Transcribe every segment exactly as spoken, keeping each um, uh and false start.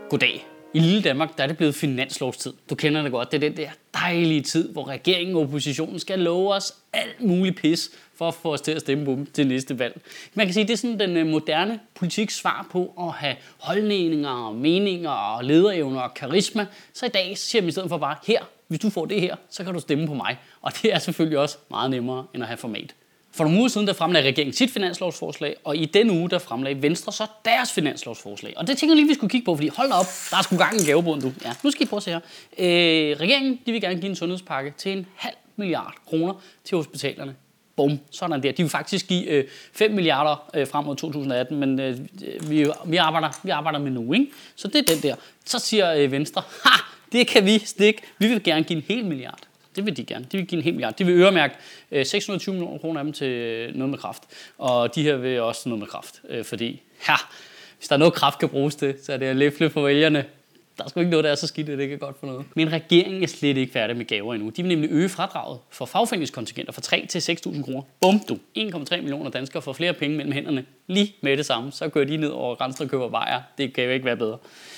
Goddag. I lille Danmark, der er det blevet finanslovstid. Du kender det godt. Det er den der dejlige tid, hvor regeringen og oppositionen skal love os alt muligt pis for at få os til at stemme på dem til næste valg. Man kan sige, det er sådan den moderne politiks svar på at have holdninger og meninger og lederevner og karisma. Så i dag siger vi i stedet for bare, her, hvis du får det her, så kan du stemme på mig. Og det er selvfølgelig også meget nemmere end at have format. For nogle uger siden, der fremlagde regeringen sit finanslovsforslag, og i den uge, der fremlagde Venstre så deres finanslovsforslag. Og det tænker jeg lige, vi skulle kigge på, fordi hold op, der er sgu gang i gaveboden, du. Ja, nu skal I prøve at se her. Øh, regeringen, de vil gerne give en sundhedspakke til en halv milliard kroner til hospitalerne. Bum, sådan der. De vil faktisk give øh, fem milliarder øh, frem mod to tusind atten, men øh, vi, vi, arbejder, vi arbejder med nu, ikke? Så det er den der. Så siger øh, Venstre, ha, det kan vi stikke. Vi vil gerne give en hel milliard. Det vil de gerne. De vil give en hel milliard. De vil øremærke øh, seks hundrede og tyve millioner kroner af dem til øh, noget med kraft. Og de her vil også noget med kraft. Øh, fordi, ja, hvis der er noget kraft kan bruges til, så er det at læfle for vælgerne. Der er sgu ikke noget, der er så skidt, at det ikke er godt for noget. Men regeringen er slet ikke færdig med gaver endnu. De vil nemlig øge fradraget for fagforeningskontingenter fra tre til seks tusind kroner. Bum, du. en komma tre millioner danskere får flere penge mellem hænderne lige med det samme. Så kører de ned over grænsen og køber bajer. Det kan jo ikke være bedre.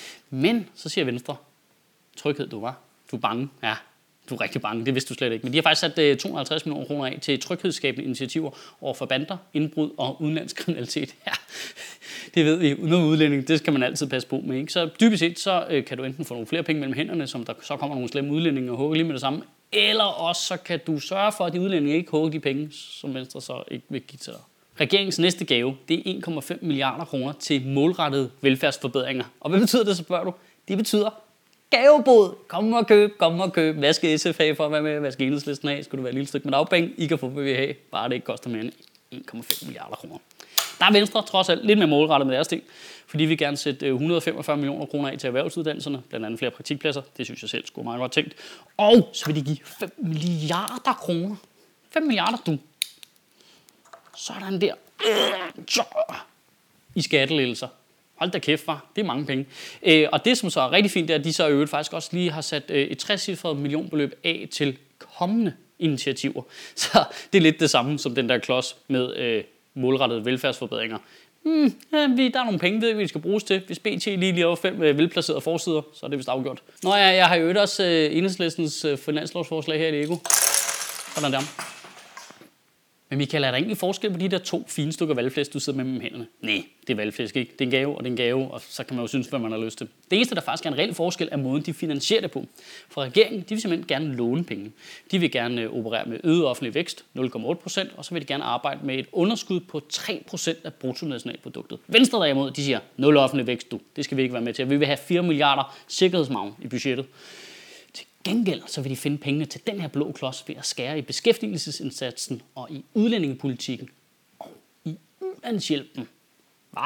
Men så siger Venstre, tryghed du var. Du er bange. Ja. Du er rigtig bange, det vidste du slet ikke. Men de har faktisk sat to hundrede og halvtreds millioner kroner af til tryghedsskabende initiativer over for bander, indbrud og udenlandsk kriminalitet. Ja, det ved vi. Noget udlænding, det skal man altid passe på med. Ikke? Så dybest set, så øh, kan du enten få nogle flere penge mellem hænderne, som der så kommer nogle slemme udlændinge og hugger lige med det samme. Eller også så kan du sørge for, at de udlændinge ikke hugger de penge, som Venstre så ikke vil give til dig. Regeringens næste gave, det er en komma fem milliarder kroner til målrettede velfærdsforbedringer. Og hvad betyder det, så spørger du? Det betyder gavebod. Kom og køb, kom og køb. Hvad skal S F have for at være med? Hvad skal Enhedslisten have? Skal du være et lille stykke med dagpenge? I kan få, hvad vi have. Bare det ikke koster mere end en komma fem milliarder kroner. Der er Venstre trods alt lidt mere målrettet med deres ting, fordi vi gerne sætte et hundrede og femogfyrre millioner kroner af til erhvervsuddannelserne, blandt andet flere praktikpladser. Det synes jeg selv skulle meget godt tænkt. Og så vil de give fem milliarder kroner. fem milliarder, du. Sådan der. I skattelettelser. Hold da kæft, var. Det er mange penge. Øh, og det, som så er rigtig fint, det er, at de så i øvrigt faktisk også lige har sat øh, et trecifret millionbeløb af til kommende initiativer. Så det er lidt det samme som den der klods med øh, målrettede velfærdsforbedringer. Hmm, ja, vi, der er nogle penge, ved vi, vi skal bruges til. Hvis B T lige lige over fem øh, velplacerede forsider, så er det vist afgjort. Nå ja, jeg har jo også øh, Enhedslistens øh, finanslovsforslag her i Lego. Sådan der. Men Michael, er der egentlig forskel på de der to fine stykker valgflæsk, du sidder med mellem hænderne? Nej, det er valgflæsk ikke. Det er en gave, og det er en gave, og så kan man jo synes, hvad man har lyst til. Det eneste, der faktisk er en reel forskel, er måden, de finansierer det på. For regeringen, de vil simpelthen gerne låne penge. De vil gerne operere med øget offentlig vækst, nul komma otte procent, og så vil de gerne arbejde med et underskud på tre procent af bruttonationalproduktet. Venstre derimod, de siger, nul offentlig vækst, du. Det skal vi ikke være med til. Vi vil have fire milliarder sikkerhedsmargen i budgettet. Gengæld så vil de finde pengene til den her blå klods ved at skære i beskæftigelsesindsatsen og i udlændingepolitikken og i ulandshjælpen. Hvad?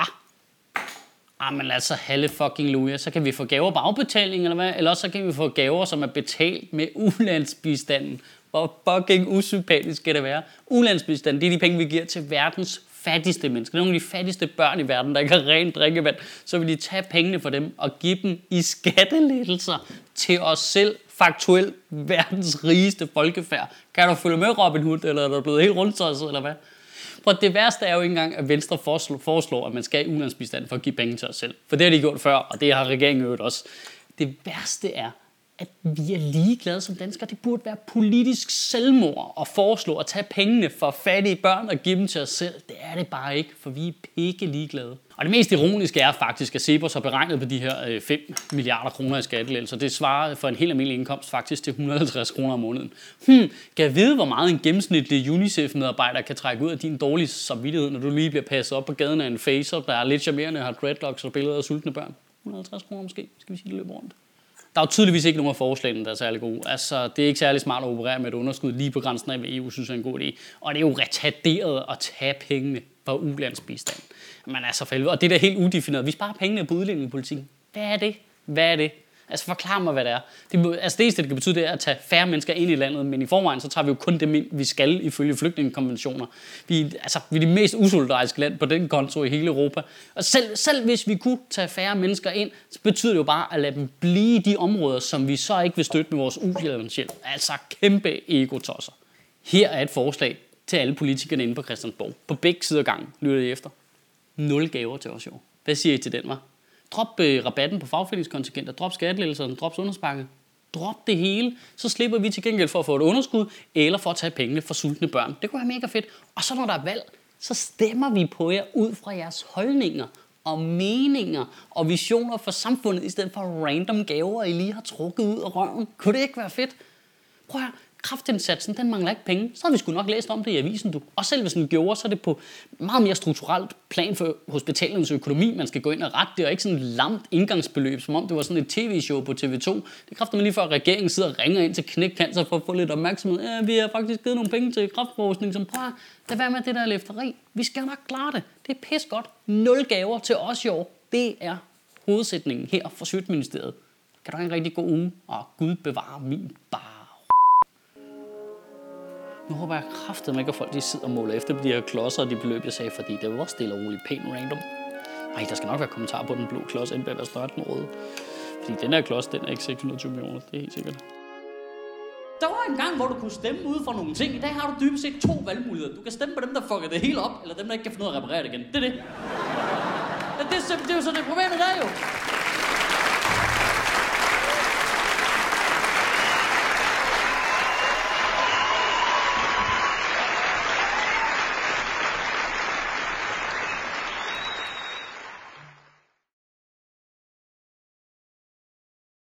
Jamen altså, halle fucking luja, så kan vi få gaver på afbetaling, eller hvad? Eller også så kan vi få gaver, som er betalt med ulandsbistanden. Hvor fucking usympatisk skal det være? Ulandsbistanden, det er de penge, vi giver til verdens fattigste mennesker. Nogle af de fattigste børn i verden, der ikke har rent drikkevand. Så vil de tage pengene fra dem og give dem i skattelettelser til os selv. Faktuelt verdens rigeste folkefærd. Kan du følge med, Robin Hood, eller er du blevet helt rundtosset, eller hvad? For det værste er jo ikke engang, at Venstre foreslår, at man skal i ulandsbistand for at give penge til os selv. For det har de gjort før, og det har regeringen øvrigt også. Det værste er, at vi er ligeglade som danskere. Det burde være politisk selvmord at foreslå at tage pengene fra fattige børn og give dem til os selv. Det er det bare ikke, for vi er pikke ligeglade. Og det mest ironiske er faktisk, at Cepos har beregnet på de her fem milliarder kroner i skattelettelser. Det svarer for en helt almindelig indkomst faktisk til et hundrede og halvtreds kroner om måneden. Hmm, kan jeg vide, hvor meget en gennemsnitlig UNICEF-medarbejder kan trække ud af din dårlige samvittighed, når du lige bliver passet op på gaden af en facer, der er lidt charmerende og har dreadlocks og billeder af sultne børn? et hundrede og halvtreds kroner måske, skal vi sige, det løber rundt. Der er jo tydeligvis ikke nogen af forslagene, der er særlig gode. Altså, det er ikke særlig smart at operere med et underskud lige på grænsen af, hvad E U synes er en god idé. Og det er jo retarderet at tage pengene fra ulandsbistand. Men altså, for helvede. Og det er da helt udefineret. Vi sparer pengene på udlændingepolitikken. Hvad er det? Hvad er det? Altså, forklar mig, hvad det er. Det, altså, det eneste, det kan betyde, det er at tage færre mennesker ind i landet, men i forvejen, så tager vi jo kun dem ind, vi skal ifølge flygtningekonventioner. Vi, altså, vi er det mest usolidariske land på den konto i hele Europa. Og selv, selv hvis vi kunne tage færre mennesker ind, så betyder det jo bare at lade dem blive i de områder, som vi så ikke vil støtte med vores uhjælpshjælp. Altså kæmpe egotosser. Her er et forslag til alle politikerne inde på Christiansborg. På begge sider af gangen lytter I efter. Nul gaver til os i år. Hvad siger I til den, var? Drop øh, rabatten på fagforeningskontingenter, drop skattelæggelserne, drop sundhedspakke. Drop det hele, så slipper vi til gengæld for at få et underskud, eller for at tage pengene fra sultne børn. Det kunne være mega fedt. Og så når der er valg, så stemmer vi på jer ud fra jeres holdninger og meninger og visioner for samfundet, i stedet for random gaver, I lige har trukket ud af røven. Kunne det ikke være fedt? Prøv at kraftindsatsen, den mangler ikke penge. Så har vi sgu nok læst om det i avisen, du. Og selv hvis den gjorde, så er det på meget mere strukturelt plan for hospitalernes økonomi, man skal gå ind og rette det, og ikke sådan et lamt indgangsbeløb, som om det var sådan et tv-show på T V to. Det kræfter man lige for, at regeringen sidder og ringer ind til Knæk Cancer for at få lidt opmærksomhed. Ja, vi har faktisk givet nogle penge til kræftforskning, som prøver at være med det der løfteri. Vi skal nok klare det. Det er pis godt. Nul gaver til os i år. Det er hovedsætningen her for Sjøtministeriet. Kan du have en rigtig god uge, og Gud bevare min bar. Nu håber jeg kraftedeme ikke, at folk de sidder og måler efter de her klodser og de beløb, jeg sagde, fordi det var stille og roligt pænt random. Ej, der skal nok være kommentarer på den blå klods, inden bag være større den røde. Fordi den her klods, den er ikke seks hundrede og tyve millioner, det er helt sikkert. Der var en gang, hvor du kunne stemme ud for nogle ting. I dag har du dybest set to valgmuligheder. Du kan stemme på dem, der fucker det hele op, eller dem, der ikke kan finde ud af at reparere det igen. Det er det. Det er, det er jo så det problemet der jo.